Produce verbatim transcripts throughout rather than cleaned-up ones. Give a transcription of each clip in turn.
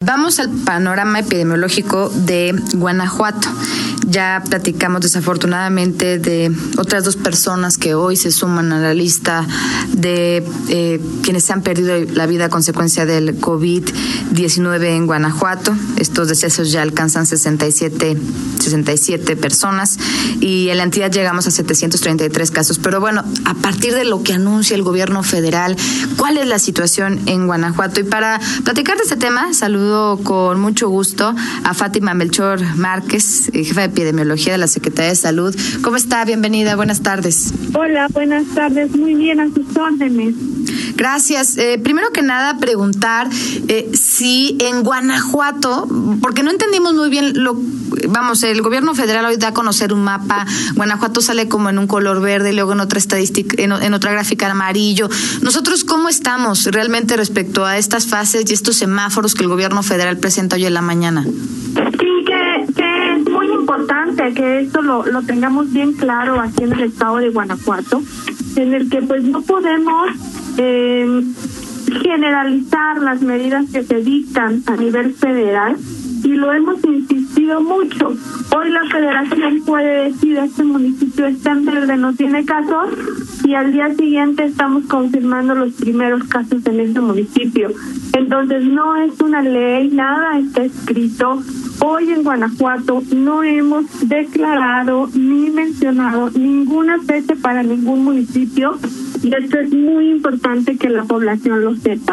Vamos al panorama epidemiológico de Guanajuato. Ya platicamos desafortunadamente de otras dos personas que hoy se suman a la lista de eh, quienes se han perdido la vida a consecuencia del COVID diecinueve en Guanajuato. Estos decesos ya alcanzan sesenta y siete, sesenta y siete personas y en la entidad llegamos a setecientos treinta y tres casos. Pero bueno, a partir de lo que anuncia el gobierno federal, ¿cuál es la situación en Guanajuato? Y para platicar de este tema, saludo con mucho gusto a Fátima Melchor Márquez, jefa de epidemiología de la Secretaría de Salud. ¿Cómo está? Bienvenida, buenas tardes. Hola, buenas tardes, muy bien, a sus órdenes. Gracias. Eh, primero que nada, preguntar eh, si en Guanajuato, porque no entendimos muy bien lo, vamos, el gobierno federal hoy da a conocer un mapa, Guanajuato sale como en un color verde, luego en otra estadística, en, en otra gráfica amarillo. Nosotros, ¿cómo estamos realmente respecto a estas fases y estos semáforos que el gobierno federal presenta hoy en la mañana? Sí, que, que es muy importante que esto lo, lo tengamos bien claro aquí en el estado de Guanajuato, en el que pues no podemos eh, generalizar las medidas que se dictan a nivel federal, y lo hemos insistido mucho. Hoy la federación puede decir este municipio está en verde, no tiene casos, y al día siguiente estamos confirmando los primeros casos en este municipio. Entonces no es una ley, nada está escrito. Hoy en Guanajuato no hemos declarado ni mencionado ninguna fecha para ningún municipio, y esto es muy importante que la población lo sepa.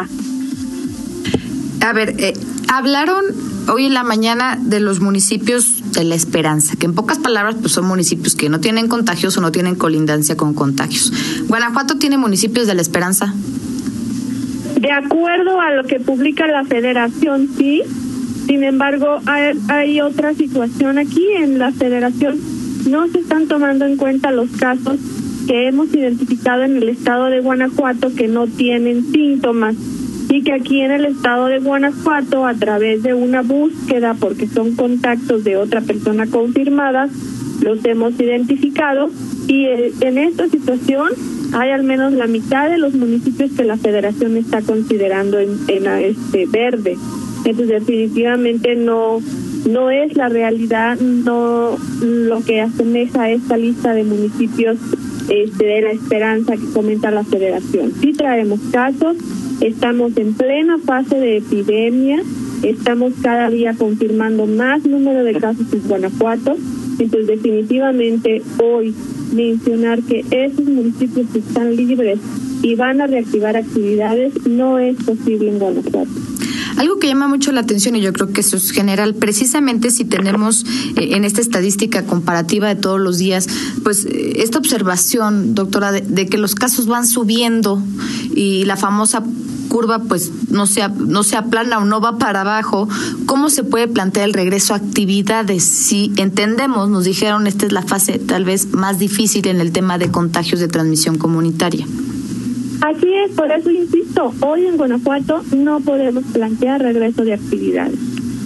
A ver, eh, hablaron hoy en la mañana de los municipios de La Esperanza, que en pocas palabras pues son municipios que no tienen contagios o no tienen colindancia con contagios. ¿Guanajuato tiene municipios de La Esperanza? De acuerdo a lo que publica la federación, sí. Sin embargo, hay, hay otra situación aquí. En la federación no se están tomando en cuenta los casos que hemos identificado en el estado de Guanajuato que no tienen síntomas, y que aquí en el estado de Guanajuato, a través de una búsqueda, porque son contactos de otra persona confirmada, los hemos identificado, y en esta situación hay al menos la mitad de los municipios que la federación está considerando en, en este verde. Entonces definitivamente no no es la realidad, no lo que asemeja a esta lista de municipios este, de La Esperanza que comenta la federación. Sí traemos casos, estamos en plena fase de epidemia, estamos cada día confirmando más número de casos en Guanajuato. Entonces definitivamente hoy mencionar que esos municipios están libres y van a reactivar actividades no es posible en Guanajuato. Algo que llama mucho la atención, y yo creo que eso es general, precisamente si tenemos eh, en esta estadística comparativa de todos los días, pues eh, esta observación, doctora, de, de que los casos van subiendo y la famosa curva pues no se, no se aplana o no va para abajo. ¿Cómo se puede plantear el regreso a actividades? Si entendemos, nos dijeron, esta es la fase tal vez más difícil en el tema de contagios de transmisión comunitaria. Así es, por eso insisto, hoy en Guanajuato no podemos plantear regreso de actividades.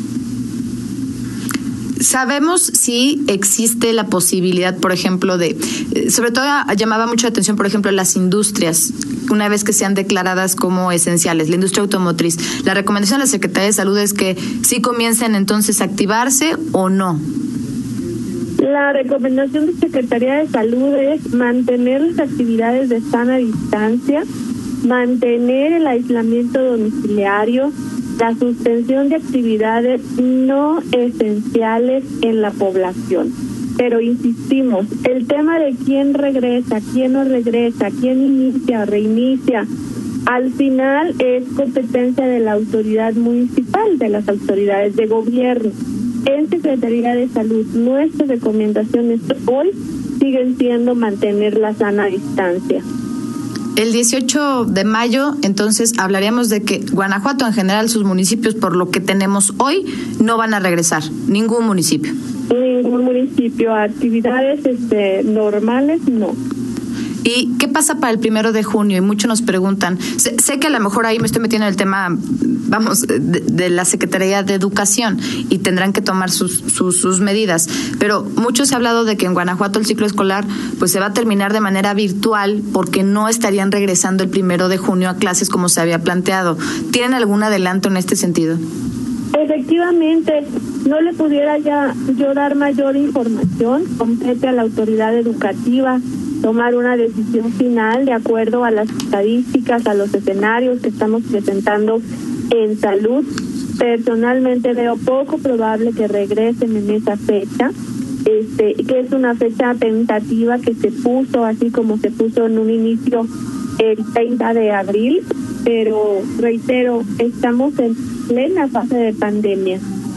¿Sabemos si existe la posibilidad, por ejemplo, de, sobre todo llamaba mucho la atención, por ejemplo, las industrias, una vez que sean declaradas como esenciales, la industria automotriz? La recomendación de la Secretaría de Salud es que sí comiencen entonces a activarse o no. La recomendación de Secretaría de Salud es mantener las actividades de sana distancia, mantener el aislamiento domiciliario, la suspensión de actividades no esenciales en la población. Pero insistimos, el tema de quién regresa, quién no regresa, quién inicia o reinicia, al final es competencia de la autoridad municipal, de las autoridades de gobierno. En Secretaría de Salud, nuestras recomendaciones hoy siguen siendo mantener la sana distancia. El dieciocho de mayo, entonces, hablaríamos de que Guanajuato, en general, sus municipios, por lo que tenemos hoy, no van a regresar, ningún municipio. Ningún municipio, actividades este, normales, no. ¿Y qué pasa para el primero de junio? Y muchos nos preguntan, sé, sé que a lo mejor ahí me estoy metiendo en el tema, vamos, de, de la Secretaría de Educación y tendrán que tomar sus, sus, sus medidas, pero muchos se ha hablado de que en Guanajuato el ciclo escolar pues se va a terminar de manera virtual porque no estarían regresando el primero de junio a clases como se había planteado. ¿Tienen algún adelanto en este sentido? Efectivamente, no le pudiera ya yo dar mayor información, compete a la autoridad educativa tomar una decisión final de acuerdo a las estadísticas, a los escenarios que estamos presentando en salud. Personalmente veo poco probable que regresen en esa fecha, este, que es una fecha tentativa que se puso, así como se puso en un inicio el treinta de abril, pero reitero, estamos en plena fase de pandemia.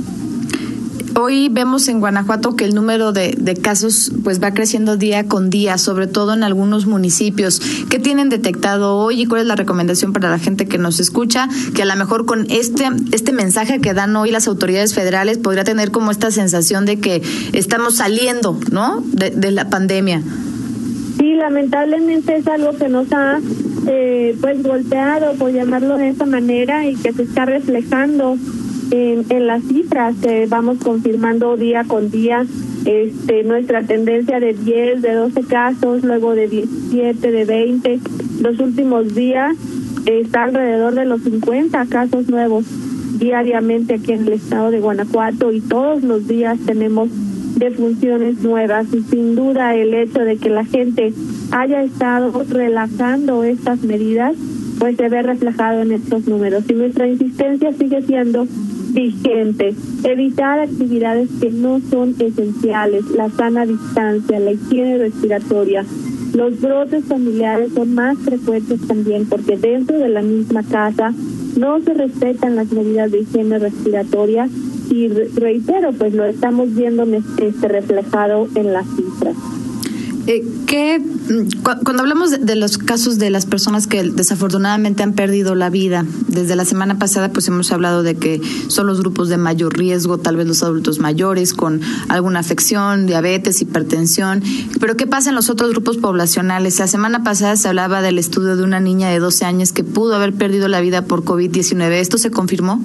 Hoy vemos en Guanajuato que el número de, de casos pues va creciendo día con día, sobre todo en algunos municipios. ¿Qué tienen detectado hoy y cuál es la recomendación para la gente que nos escucha? Que a lo mejor con este este mensaje que dan hoy las autoridades federales podría tener como esta sensación de que estamos saliendo, ¿no?, de, de la pandemia. Sí, lamentablemente es algo que nos ha eh, pues golpeado, por llamarlo de esa manera, y que se está reflejando En, en las cifras que vamos confirmando día con día. Este, nuestra tendencia de diez, de doce casos, luego de diecisiete, de veinte, los últimos días está alrededor de los cincuenta casos nuevos diariamente aquí en el estado de Guanajuato, y todos los días tenemos defunciones nuevas, y sin duda el hecho de que la gente haya estado relajando estas medidas pues se ve reflejado en estos números, y nuestra insistencia sigue siendo vigente: evitar actividades que no son esenciales, la sana distancia, la higiene respiratoria. Los brotes familiares son más frecuentes también porque dentro de la misma casa no se respetan las medidas de higiene respiratoria, y reitero, pues lo estamos viendo este reflejado en las cifras. Eh, ¿qué, cuando hablamos de, de los casos de las personas que desafortunadamente han perdido la vida, desde la semana pasada pues hemos hablado de que son los grupos de mayor riesgo, tal vez los adultos mayores con alguna afección, diabetes, hipertensión, pero ¿qué pasa en los otros grupos poblacionales? La semana pasada se hablaba del estudio de una niña de doce años que pudo haber perdido la vida por COVID diecinueve. ¿Esto se confirmó?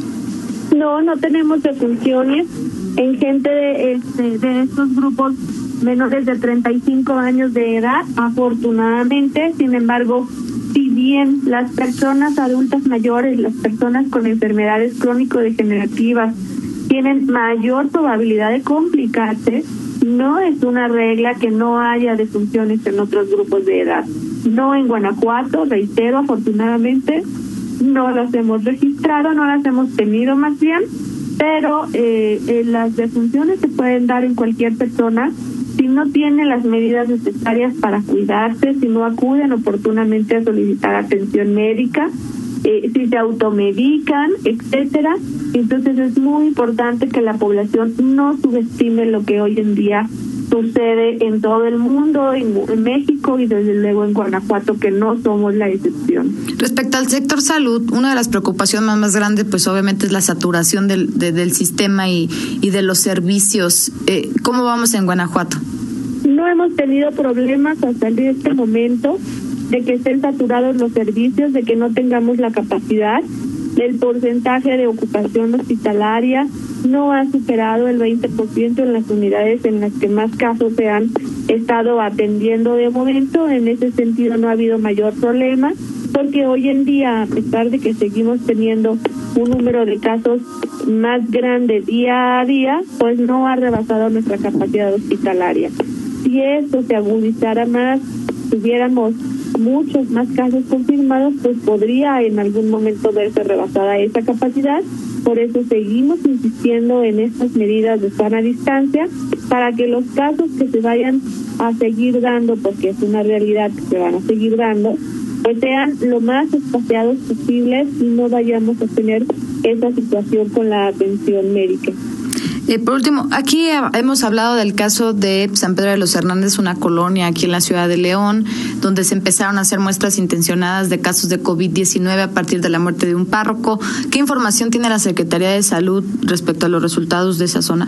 No, no tenemos defunciones en gente de, este, de estos grupos menores de treinta y cinco años de edad, afortunadamente. Sin embargo, si bien las personas adultas mayores, las personas con enfermedades crónico-degenerativas tienen mayor probabilidad de complicarse, no es una regla que no haya defunciones en otros grupos de edad. No en Guanajuato, reitero, afortunadamente no las hemos registrado, no las hemos tenido más bien, pero eh, eh, las defunciones se pueden dar en cualquier persona si no tiene las medidas necesarias para cuidarse, si no acuden oportunamente a solicitar atención médica, eh, si se automedican, etcétera. Entonces es muy importante que la población no subestime lo que hoy en día sucede en todo el mundo, en, en México y desde luego en Guanajuato, que no somos la excepción. Respecto al sector salud, una de las preocupaciones más, más grandes pues obviamente es la saturación del, de, del sistema y, y de los servicios. Eh, ¿Cómo vamos en Guanajuato? No hemos tenido problemas hasta este momento de que estén saturados los servicios, de que no tengamos la capacidad. El porcentaje de ocupación hospitalaria no ha superado el veinte por ciento en las unidades en las que más casos se han estado atendiendo de momento. En ese sentido no ha habido mayor problema, porque hoy en día, a pesar de que seguimos teniendo un número de casos más grande día a día, pues no ha rebasado nuestra capacidad hospitalaria. Si esto se agudizara más, tuviéramos muchos más casos confirmados, pues podría en algún momento verse rebasada esa capacidad. Por eso seguimos insistiendo en estas medidas de sana distancia, para que los casos que se vayan a seguir dando, porque es una realidad que se van a seguir dando, pues sean lo más espaciados posibles y no vayamos a tener esa situación con la atención médica. Eh, por último, aquí hemos hablado del caso de San Pedro de los Hernández, una colonia aquí en la ciudad de León, donde se empezaron a hacer muestras intencionadas de casos de COVID diecinueve a partir de la muerte de un párroco. ¿Qué información tiene la Secretaría de Salud respecto a los resultados de esa zona?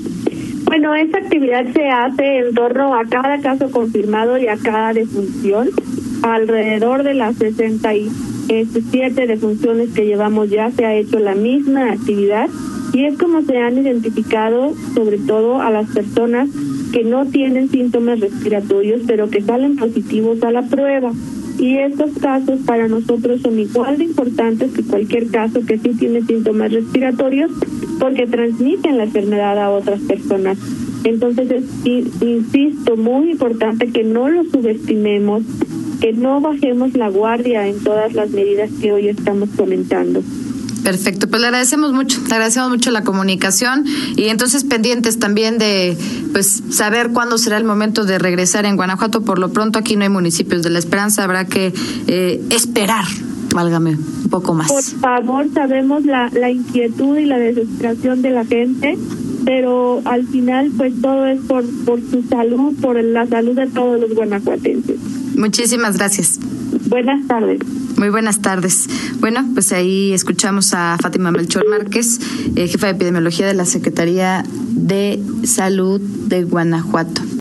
Bueno, esa actividad se hace en torno a cada caso confirmado y a cada defunción. Alrededor de las sesenta y siete defunciones que llevamos ya se ha hecho la misma actividad. Y es como se han identificado sobre todo a las personas que no tienen síntomas respiratorios, pero que salen positivos a la prueba. Y estos casos para nosotros son igual de importantes que cualquier caso que sí tiene síntomas respiratorios, porque transmiten la enfermedad a otras personas. Entonces, es, insisto, muy importante que no lo subestimemos, que no bajemos la guardia en todas las medidas que hoy estamos comentando. Perfecto, pues le agradecemos mucho, le agradecemos mucho la comunicación y entonces pendientes también de pues saber cuándo será el momento de regresar en Guanajuato. Por lo pronto aquí no hay municipios de La Esperanza, habrá que eh, esperar, válgame, un poco más. Por favor, sabemos la, la inquietud y la desesperación de la gente, pero al final pues todo es por, por su salud, por la salud de todos los guanajuatenses. Muchísimas gracias. Buenas tardes. Muy buenas tardes. Bueno, pues ahí escuchamos a Fátima Melchor Márquez, eh, jefa de epidemiología de la Secretaría de Salud de Guanajuato.